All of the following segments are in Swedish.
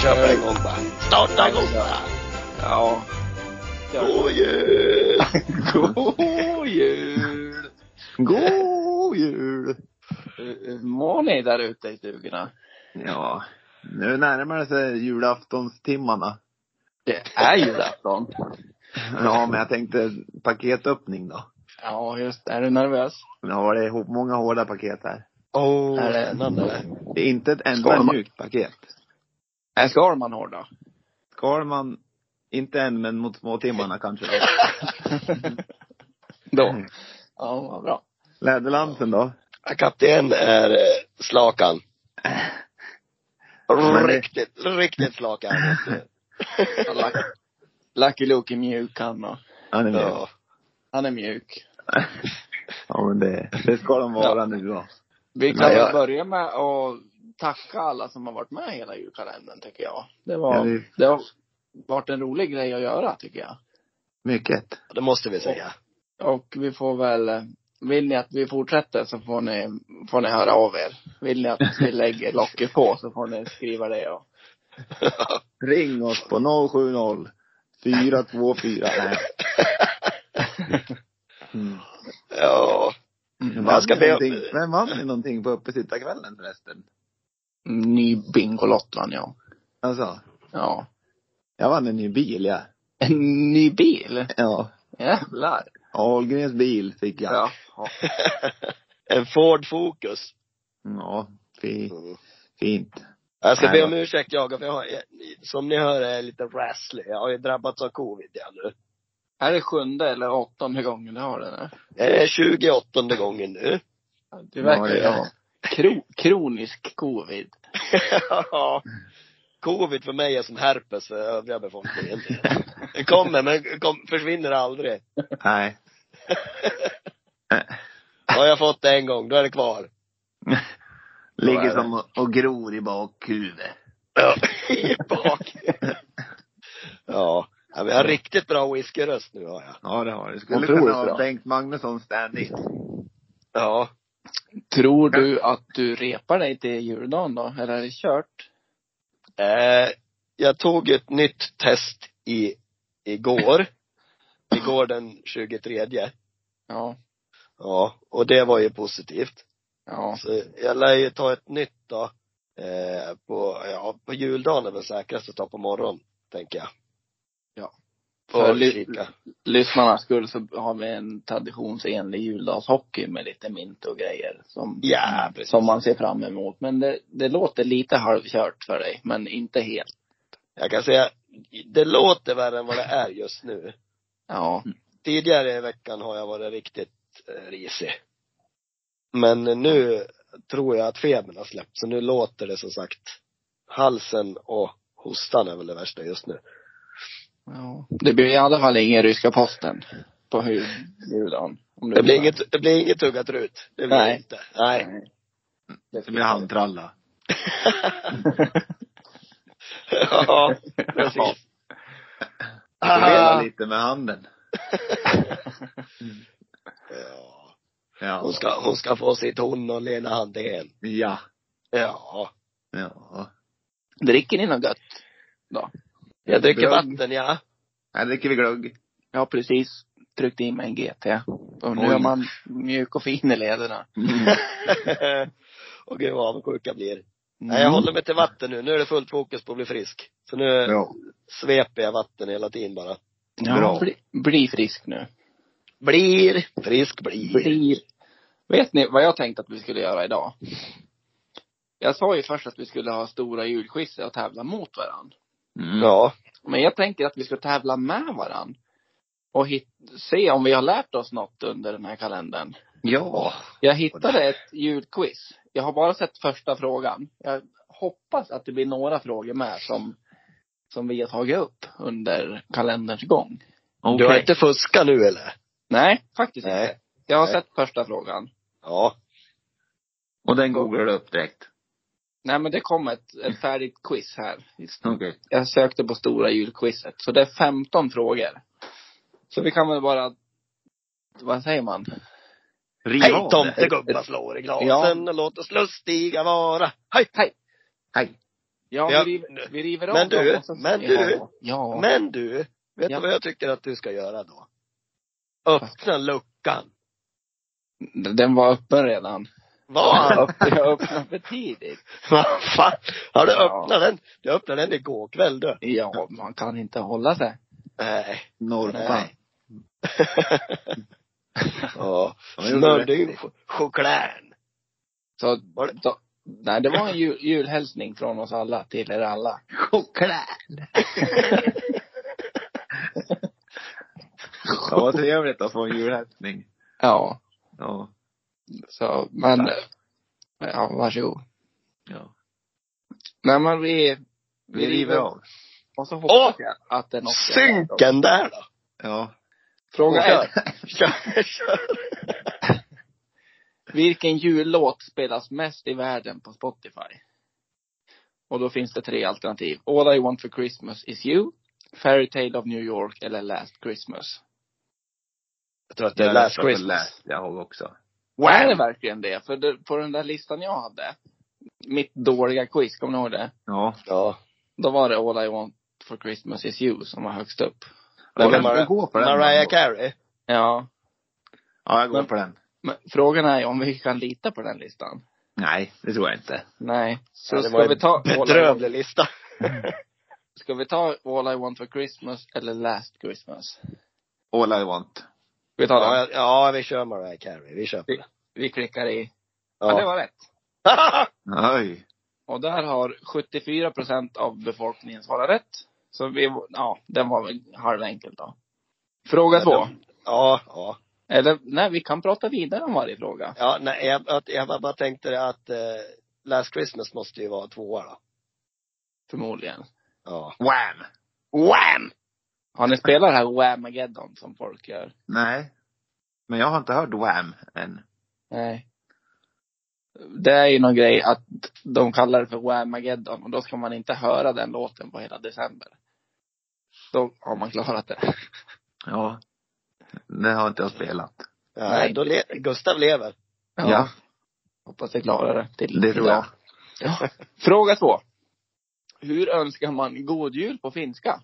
köper en gång bara. Starta igång bara. Ja. God jul! God jul! God jul! Hur mår ni där ute i stugorna? Ja, nu närmar det sig julaftonstimmarna. Det är julafton. Ja, men jag tänkte paketöppning då. Ja, just det. Är du nervös? Ja, det är många hårda paket här. Är det spännande. Det är inte ett enda mjukt paket. Är Skalman hård då? Skalman, inte än, men mot småtimmarna kanske. Då. Ja, vad bra. Läderlansen då? Kapten är slakan. Riktigt slakan. Lucky Luke är mjuk han då. Han är mjuk. Ja. Han är mjuk. Ja, men det ska de vara nu då. Vi kan väl börja med att tacka alla som har varit med i hela julkalendern, tycker jag. Det har varit en rolig grej att göra, tycker jag. Mycket. Det måste vi säga. Och vi får väl, vill ni att vi fortsätter så får ni höra av er. Vill ni att vi lägger locket på så får ni skriva det. Och... Ring oss på 070 424. Nej. Ja. Jag ska be. Men vann ni någonting på uppesittarkvällen förresten? Ny Bingolott vann jag. Alltså? Ja. Jag vann en ny bil, ja. En ny bil? Ja. Jävlar. Ahlgrens bil fick jag. Ja. En Ford Focus. Ja, fint. Jag ska be om ursäkt, för jag har, som ni hör, är lite rasslig. Jag har ju drabbats av covid nu. Är det 7:e eller 8:e gången du har det nu? Det är 28:e gången nu. Du verkar ha kronisk covid. Ja. Covid för mig är som herpes för övriga befolkningen. Det kommer, men försvinner aldrig. Nej. Har jag fått det en gång, då är det kvar. Ligger som och gror i bakhuvudet. Ja, i bakhuvudet. Ja. Ja, vi har riktigt bra whiskyröst nu, har jag. Ja, det har det. Skulle kunna ha Bengt Magnusson stand-in. Ja. Tror du att du repar dig till juldagen då? Eller är det kört? Jag tog ett nytt test igår. Igår den 23. Ja. Ja, och det var ju positivt. Ja. Så jag lär ju ta ett nytt då. På juldagen är väl säkrast att ta på morgon, tänker jag. Ja. För lyssnarnas skull så har vi en traditionsenlig juldagshockey med lite mint och grejer som man ser fram emot. Men det låter lite halvkört för dig, men inte helt. Jag kan säga, det låter värre än vad det är just nu. Ja. Tidigare i veckan har jag varit riktigt risig. Men nu tror jag att febern har släppt. Så nu låter det som sagt. Halsen och hostan är väl det värsta just nu. Ja. Det blir i alla fall ingen ryska posten på juldagen. Det blir inget tuggat ut. Det blir Nej. inte. Nej. Det blir handtralla. Ja, precis. Spela lite med handen. Ja. Hon ska få sitt hon och Lena Handén. Ja. Ja. Ja. Dricker ni något gött då? Jag dricker vatten, ja. Här dricker vi glögg. Ja, precis. Tryckte in med en GT. Och nu är man mjuk och fin i lederna. Och gud vad avundsjuka blir. Nej, jag håller mig till vatten nu. Nu är det fullt fokus på att bli frisk. Så nu sveper jag vatten hela tiden bara. Ja, bli frisk nu. Blir. Vet ni vad jag tänkte att vi skulle göra idag? Jag sa ju först att vi skulle ha stora julquiz och tävla mot varann. Ja. Men jag tänker att vi ska tävla med varann. Och se om vi har lärt oss något under den här kalendern. Ja. Jag hittade ett julquiz. Jag har bara sett första frågan. Jag hoppas att det blir några frågor med som vi har tagit upp under kalenderns gång. Okay. Du har inte fuskat nu eller? Nej, faktiskt inte. Jag har sett första frågan. Ja. Och den googlar du upp direkt? Nej, men det kom ett färdigt quiz här. Okay. Jag sökte på stora julquizet. Så det är 15 frågor. Så vi kan väl bara, vad säger man? Hej tomtegubbar slår i glasen och låt oss lustiga vara. Hej. Hej. Ja, vi river av dem. Men du, vet du vad jag tycker att du ska göra då? Öppna luckan. Den var öppen redan. Vad? Jag öppnade för tidigt. Vad fan? Har du öppnat den? Du öppnade den igår kväll du. Ja, man kan inte hålla sig. Nej. Norpa. Ja. Smörde ju chokladen. Så, nej, det var en julhälsning från oss alla till er alla. Choklad. Ja, vad trevligt att få en julhälsning. Ja. Ja. Så, men, ja, varsågod. Ja. Nej, men vi river av. Och så hoppas jag att det är något. Synken där då. Ja. Fråga 1. Kör. Vilken jullåt spelas mest i världen på Spotify? Och då finns det 3 alternativ. All I Want for Christmas is You, Fairy Tale of New York eller Last Christmas. Jag tror att det är Last Christmas. Jag har också. Wow. Är det verkligen det? För på den där listan jag hade, mitt dåliga quiz, kommer ni ihåg det? Ja. Då var det All I Want for Christmas is You som var högst upp. Mariah Carey. Ja. Ja, jag går på den. Men frågan är om vi kan lita på den listan. Nej, det tror jag inte. Nej. Så ska vi ta bedrövlig lista. Ska vi ta All I Want for Christmas eller Last Christmas? All I Want. Vi tar den. Ja, vi kör Mariah Carey. Vi köper det. Vi klickar i. Ja, det var rätt. Oj. Och där har 74% av befolkningen svarat rätt. Så den var väl halvenkelt då. Fråga 2. Ja. Eller, nej, vi kan prata vidare om varje fråga. Ja, nej, jag bara tänkte att Last Christmas måste ju vara 2 då. Förmodligen. Ja. Wham! Har ni spelat det här Whamageddon som folk gör? Nej. Men jag har inte hört Wham än. Nej. Det är ju någon grej att de kallar det för Whamageddon. Och då ska man inte höra den låten på hela december. Då har man klarat det. Ja. Det har inte jag spelat. Ja, nej. Då Gustav lever. Ja. Hoppas jag klarar det till det tror jag. Ja. Fråga 2. Hur önskar man god jul på finska?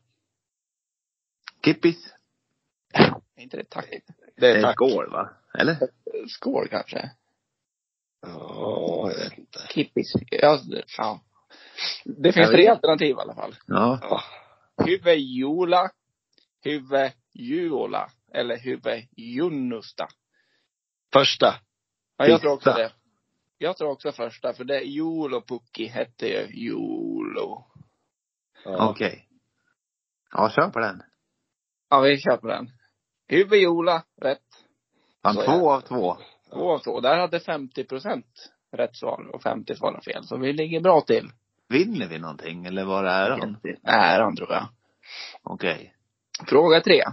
Kippis. Är inte det tack? Det är tack. Skål, va? Eller? Skål kanske. Ja, jag vet inte. Kippis. Ja. Det finns 3 alternativ i alla fall. Ja. Hyve jula, hyve juola eller hyve junnusta. Första. Ja, jag tror också det. Jag tror också första, för det är Jolopukki hette ju Jolo. Ja. Okej. Ja, kör på den. Ja, vi kör på den. Hyve jola, rätt. 2 av 2. 2 av 2. Där hade 50% rätt svar och 50 svarar fel. Så vi ligger bra till. Vinner vi någonting eller vad är äran? Äran tror jag. Okej. Fråga 3.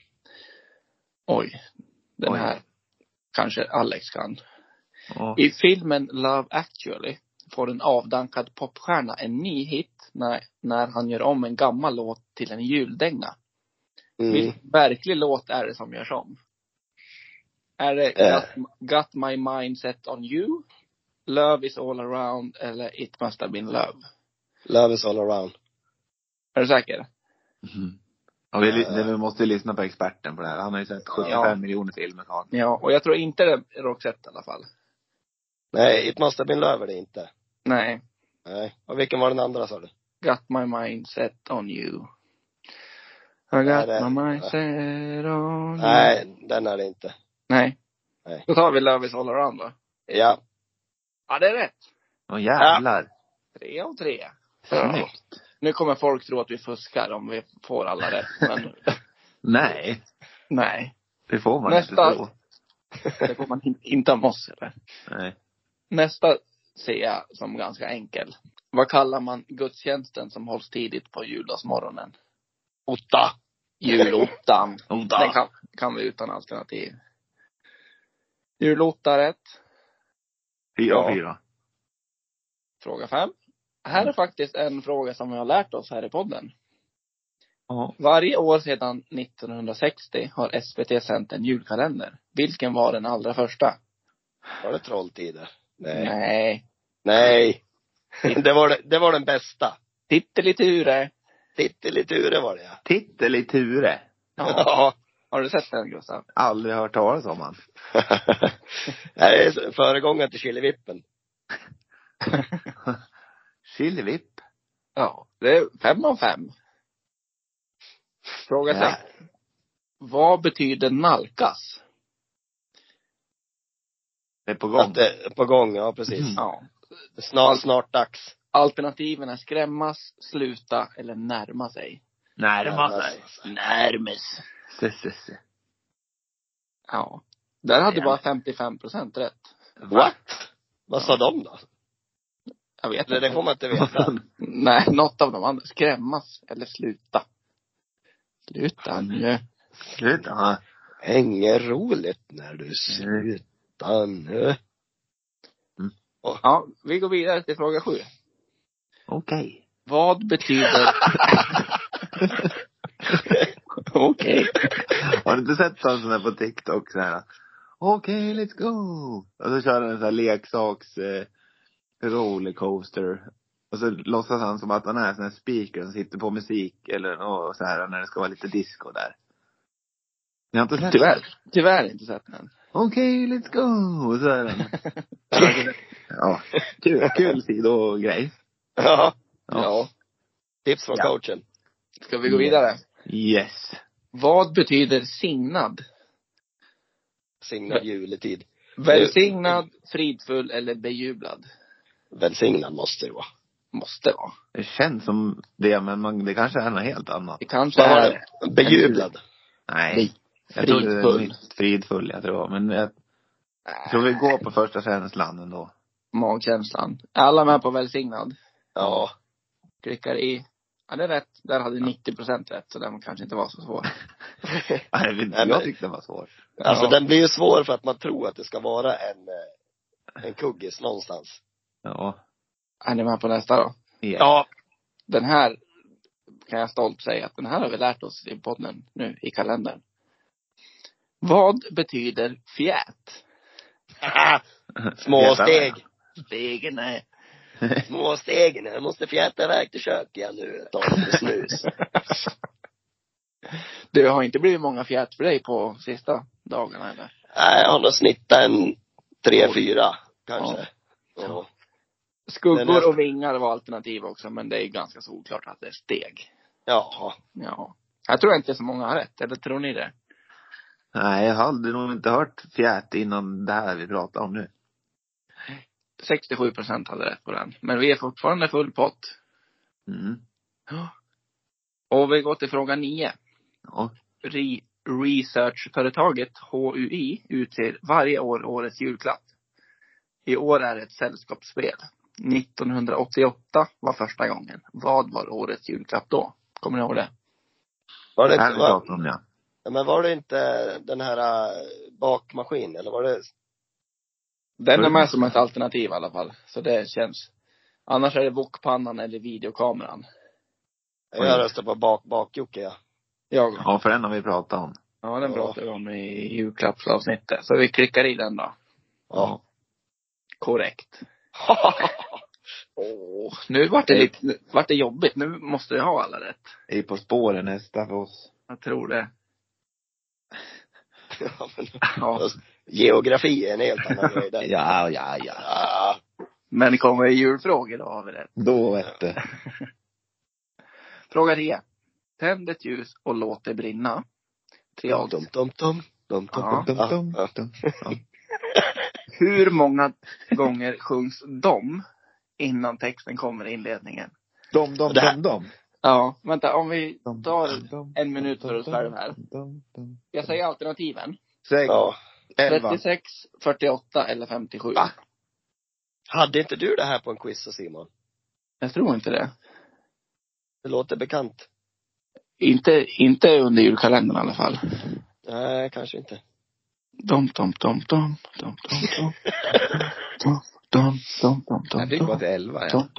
Oj. Den här kanske Alex kan. I filmen Love Actually får en avdankad popstjärna en ny hit när han gör om en gammal låt till en juldänga. Vilken verklig låt är det som görs om? Är det Got My Mind Set On You, Love Is All Around eller It Must Have Been Love? Love Is All Around. Är du säker? Ja, vi måste lyssna på experten på det här. Han har ju sett 75 miljoner filmer. Ja, och jag tror inte det är Roxette i alla fall. Nej, It Must Have Been Love är det inte. Nej. Och vilken var den andra, sa du? Got My Mind Set On You. I got my mind set on you. Nej, den är det inte. Nej. Då tar vi Love Is All Around då. Ja. Ja, det är rätt. Åh, jävlar. 3 av 3. Snyggt. Nu kommer folk tro att vi fuskar om vi får alla rätt. Men... Nej. Det får man inte tro. Det får man inte av oss, eller? Nej. Nästa ser jag som ganska enkel. Vad kallar man gudstjänsten som hålls tidigt på juldagsmorgonen? Otta. Julottan. Den kan vi utan alternativ. Julotta rätt. 4 av 4. Fråga 5. Här är faktiskt en fråga som vi har lärt oss här i podden. Ja. Varje år sedan 1960 har SVT sänt en julkalender. Vilken var den allra första? Var det Trolltider? Nej. Det var den bästa. Titteliture. Titteliture var det, ja. Titteliture. Ja. Har du sett den, Gustav? Aldrig hört talas om han. Det är föregångaren till Chilivippen. Chilivipp. Ja, det är 5 av 5. Fråga 6. Vad betyder nalkas? Det är på gång. Att det är på gång, ja precis. Ja. Snart dags. Alternativen är skrämmas, sluta eller närma sig. Närma sig. Närmes. Se. Ja. Där hade bara 55% rätt. What? Vad sa de då? Jag vet Det får man inte veta. Nej, något av de andra. Skrämmas eller sluta. Sluta nu. Sluta. Inget roligt när du slutar nu. Ja, vi går vidare till fråga 7. Okej. Vad betyder... Okej. Har du inte sett sån här på TikTok så här? Okej, let's go. Och så kör han en sån här leksaks rollercoaster. Och så låtsas han som att han är en sån här speaker som sitter på musik eller så här när det ska vara lite disco där. Ni har inte sett Tyvärr inte sett den. Okej, let's go. Och så är den. Ja, kul sidogrej. Ja. Tips från coachen. Ska vi gå vidare? Yes. Vad betyder signad? Signad juletid. Välsignad, fridfull eller bejublad? Välsignad måste det vara. Måste vara. Det känns som det, men det kanske är något helt annat. Det kanske Vad var är det? Bejublad. Nej. Jag tror det är fridfull, jag tror. Men jag tror vi går på första känslan ändå. Magkänslan. Är alla med på välsignad? Ja. Klickar i. Ja, det är rätt. Där hade 90% rätt. Så den kanske inte var så svår. Jag tyckte den var svår. Alltså den blir ju svår för att man tror att det ska vara en kuggis någonstans. Ja. Är ni med på nästa då? Yeah. Ja. Den här kan jag stolt säga att den här har vi lärt oss i podden nu i kalendern. Vad betyder fjät? Små steg. Stegen är. Små stegen. Jag måste fjäta iväg till köket igen nu. Ta lite snus. Du har inte blivit många fjät för dig på sista dagarna eller? Nej, jag har nog snittat en 3-4 kanske. Ja. Skuggor och vingar var alternativ också, men det är ganska solklart att det är steg. Ja. Jag tror inte så många har rätt, eller tror ni det? Nej, jag hade nog inte hört fjät innan det här vi pratar om nu. 67% hade rätt på den. Men vi är fortfarande full pott. Mm. Och vi går till fråga 9. Ja. Researchföretaget HUI utser varje år årets julklapp. I år är det ett sällskapsspel. 1988 var första gången. Vad var årets julklapp då? Kommer ni ihåg det? Var det Här inte, pratar om det. ja, men var det inte den här bakmaskin eller var det? Den är med som ett alternativ i alla fall. Så det känns. Annars är det wokpannan eller videokameran. Jag röstar på bakjocke, ja. Ja, för den har vi pratat om. Ja, den pratar vi om i julklappsavsnittet. Så vi klickar i den då. Ja. Korrekt. Nu vart det jobbigt. Nu måste jag ha alla rätt. Det är På spåren nästa för oss. Jag tror det. Ja. Geografi är en helt annan grej där. Ja. Men kommer julfrågor då har vi rätt. Då vet du. Fråga 3. Tänd ett ljus och låt det brinna. Hur många gånger sjungs dom innan texten kommer i inledningen? Dom. Ja, vänta, om vi tar en minut för oss själva här. Jag säger alternativen. Ja. 36, 48 eller 57. Va? Hade inte du det här på en quiz, Simon? Jag tror inte det. Det låter bekant. Inte under julkalendern i alla fall. Nej, kanske inte. Dom. Jag tycker bara till 11, ja.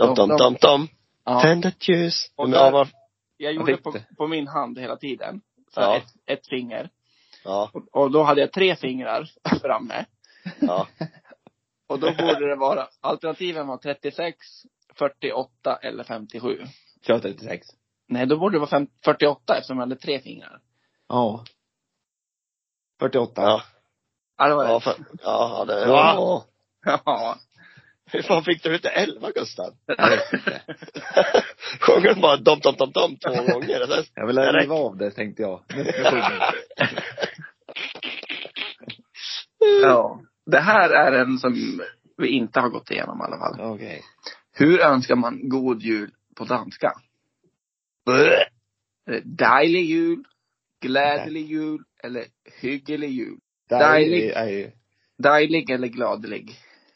Tänd ett ljus. Jag gjorde på min hand hela tiden. Så Ja. ett finger. Ja. Och då hade jag 3 fingrar framme. Ja. Och då borde det vara, alternativen var 36, 48 eller 57. Kör 36. Nej, då borde det vara 48 eftersom jag hade 3 fingrar. Ja. 48. Ja. Ja, det var Ja, rätt. ja, det Ja. Ja. Hur fan fick du inte 11, Gustav? Jag vet inte. Sjunger bara dom 2 gånger. Eller? Jag vill riva av det, tänkte jag. Nu sjunger jag. Ja. Det här är en som vi inte har gått igenom i alla fall. Okej. Hur önskar man god jul på danska? Dejlig jul, glädjelig jul eller hyggelig jul? Dejlig. är ju... Dejlig eller gladelig?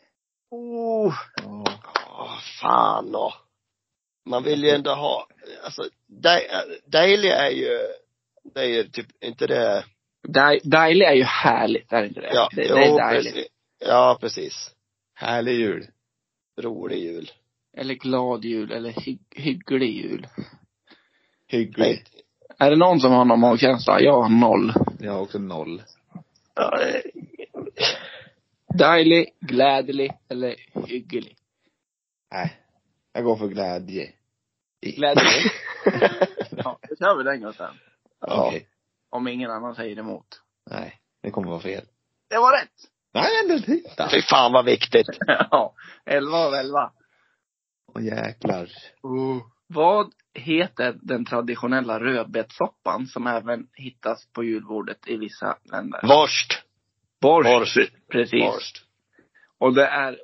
Fan då. Man vill ju ändå ha, alltså, dejlig är ju, det är ju typ, inte det. Dejlig är ju härligt, är inte det? Ja, det är dejligt. precis. Ja, precis. Härlig jul. Rolig jul. Eller glad jul, eller hygglig jul. Hygglig. Är det någon som har någon magkänsla? Jag har 0. Jag har också 0. Ja, Dejlig, glädjelig eller hygglig? Nej. Jag går för glädje. Glädjelig? Ja, då kör vi den Gustav. ja. Okej. Om ingen annan säger emot. Nej, det kommer vara fel. Det var rätt! Nej, men titta. Fy fan vad viktigt. Ja, 11 av 11. Åh jäklar. Vad heter den traditionella rödbetssoppan som även hittas på julbordet i vissa länder? Borst. Borst. Precis. Borst. Och det är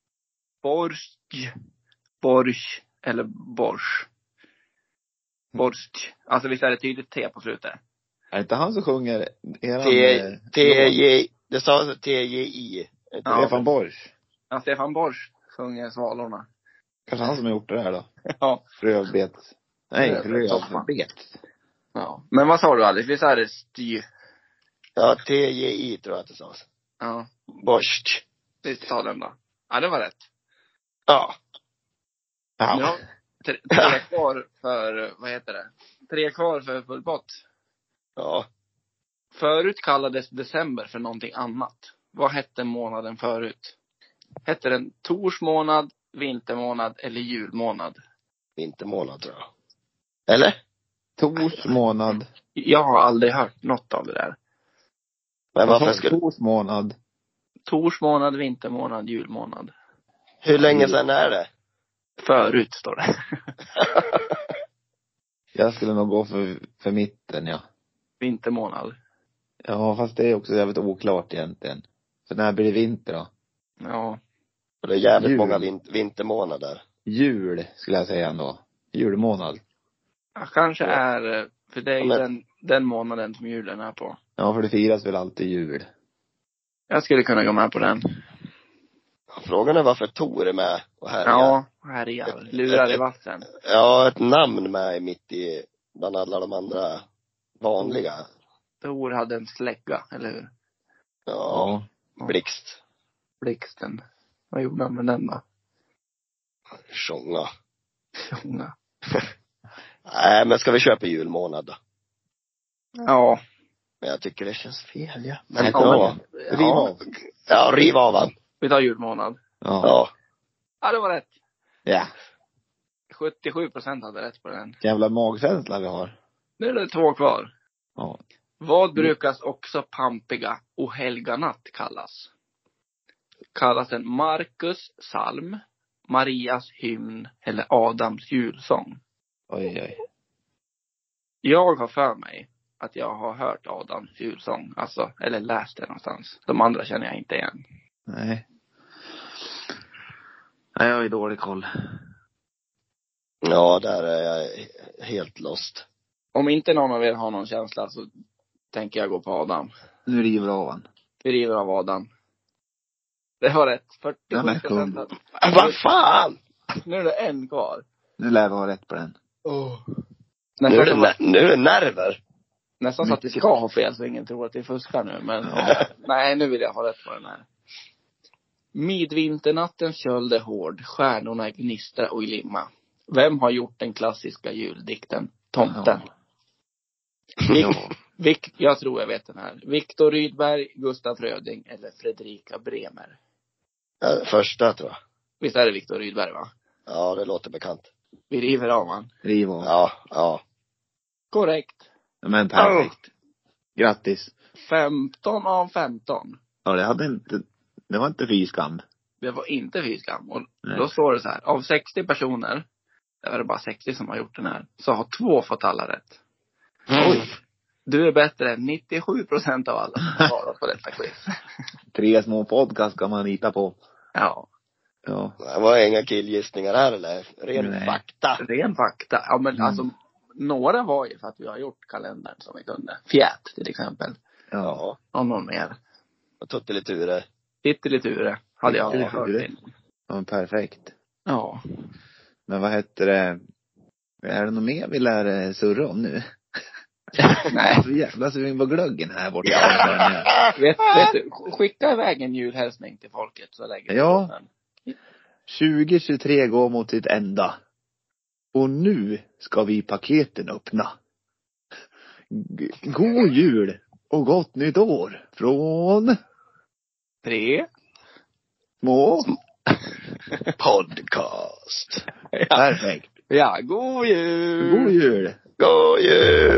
borsch eller borsch. Borsch. Alltså visst är det tydligt T på slutet? Är det inte han som sjunger T-J, det stavas T-J-I. Ja. Stefan Borsch? Ja, Stefan Borsch sjunger Svalorna. Kanske han som har gjort det här då? Ja. Rödbet. Nej, Rödbetssoppa. rödbet. Ja. Men vad sa du Alice? Visst är det Ja, T-J-I tror jag att det stavas. Ja. Borst. Visst ta den då. Ja, det var rätt. Ja. Ja. 3 kvar för, vad heter det? 3 kvar för full pott. Ja. Förut kallades december för någonting annat. Vad hette månaden förut? Hette den torsmånad, vintermånad eller julmånad? Vintermånad tror jag. Eller? Tors månad. Jag har aldrig hört något av det där. Men varför skulle... Tors månad. Torsmånad, vintermånad, julmånad. Hur länge sedan är det? Förut står det. Jag skulle nog gå för mitten, ja. Vintermånad. Ja, fast det är också jävligt oklart egentligen. Så när blir det vinter då? Ja. Och det är jävligt Jul. många vintermånader. Jul skulle jag säga ändå. Julmånad. Ja, kanske är, för det är ju Men- den månaden som julen är på. Ja, för det firas väl alltid jul. Jag skulle kunna gå med på den. Frågan är varför Tor är med och härjar. Ja, härjar. Lurar i vassen. Ja, ett namn med mitt i, bland alla de andra vanliga. Tor hade en slägga, eller hur? Ja, blixt. Blixten. Vad gjorde han med den då? Sjunga. Sjunga. Nej, men ska vi köpa julmånad då? Ja. Men jag tycker det känns fel, ja. Men Men ja, riv Ja. av. Ja, riv av han. Vi tar julmånad. Ja. Ja. Ja, det var rätt. Ja. 77% hade rätt på den. Jävla magkänsla vi har. Nu är det 2 kvar. Ja. Vad brukas också pampiga och helganatt kallas? Kallas den Markus psalm, Marias hymn eller Adams julsång? Oj, oj. Jag har för mig att jag har hört Adams julsång. Alltså, eller läst det någonstans. De andra känner jag inte igen. Nej. Nej, jag har ju dålig koll. Ja, där är jag helt lost. Om inte någon av er har någon känsla så tänker jag gå på Adam. Nu river av han. Vi river av Adam. Det var rätt. Den är 47%. Vad fan! Nu är det en kvar. Nu lär vi ha rätt på den. Nu är det nerver. Nästan så att vi ska ha fel så ingen tror att vi fuskar nu. Men nej, nu vill jag ha rätt på den här. Midvinternattens köld är hård, stjärnorna gnistra och glimma. Vem har gjort den klassiska juldikten Tomten? Jag tror jag vet den här. Viktor Rydberg, Gustaf Fröding eller Fredrika Bremer. Första tror jag. Visst är det Viktor Rydberg, va? Ja, det låter bekant. Vi river av man. Riv av. Ja. Korrekt. Men perfekt. Grattis. 15 av 15. Ja, det var inte fy skam. Det var inte fy skam. Och Nej. då står det så här. Av 60 personer, det var det bara 60 som har gjort den här, så har 2 fått alla rätt. Oj. Du är bättre än 97% av alla som har svarat på detta quiz. 3 små podcast kan man lita på. Ja. Ja. Det var inga killgissningar här eller? Ren fakta. Ren fakta. Ja, men alltså, några var ju för att vi har gjort kalendern som vi kunde. Fjät till exempel. Ja. Och någon mer. Och Tutteliture. Titteliture hade jag hört till. Ja, perfekt. Ja. Men vad heter det? Är det något mer vi lär surra om nu? Nej. Så jävla sugen på glöggen här borta. vet du, skicka iväg en julhälsning till folket så lägger vi Ja. på den. 2023 går mot sitt ända. Och nu ska vi paketen öppna. God jul och gott nytt år från 3 små Podcast. Perfekt. Ja, god jul! God jul. God jul!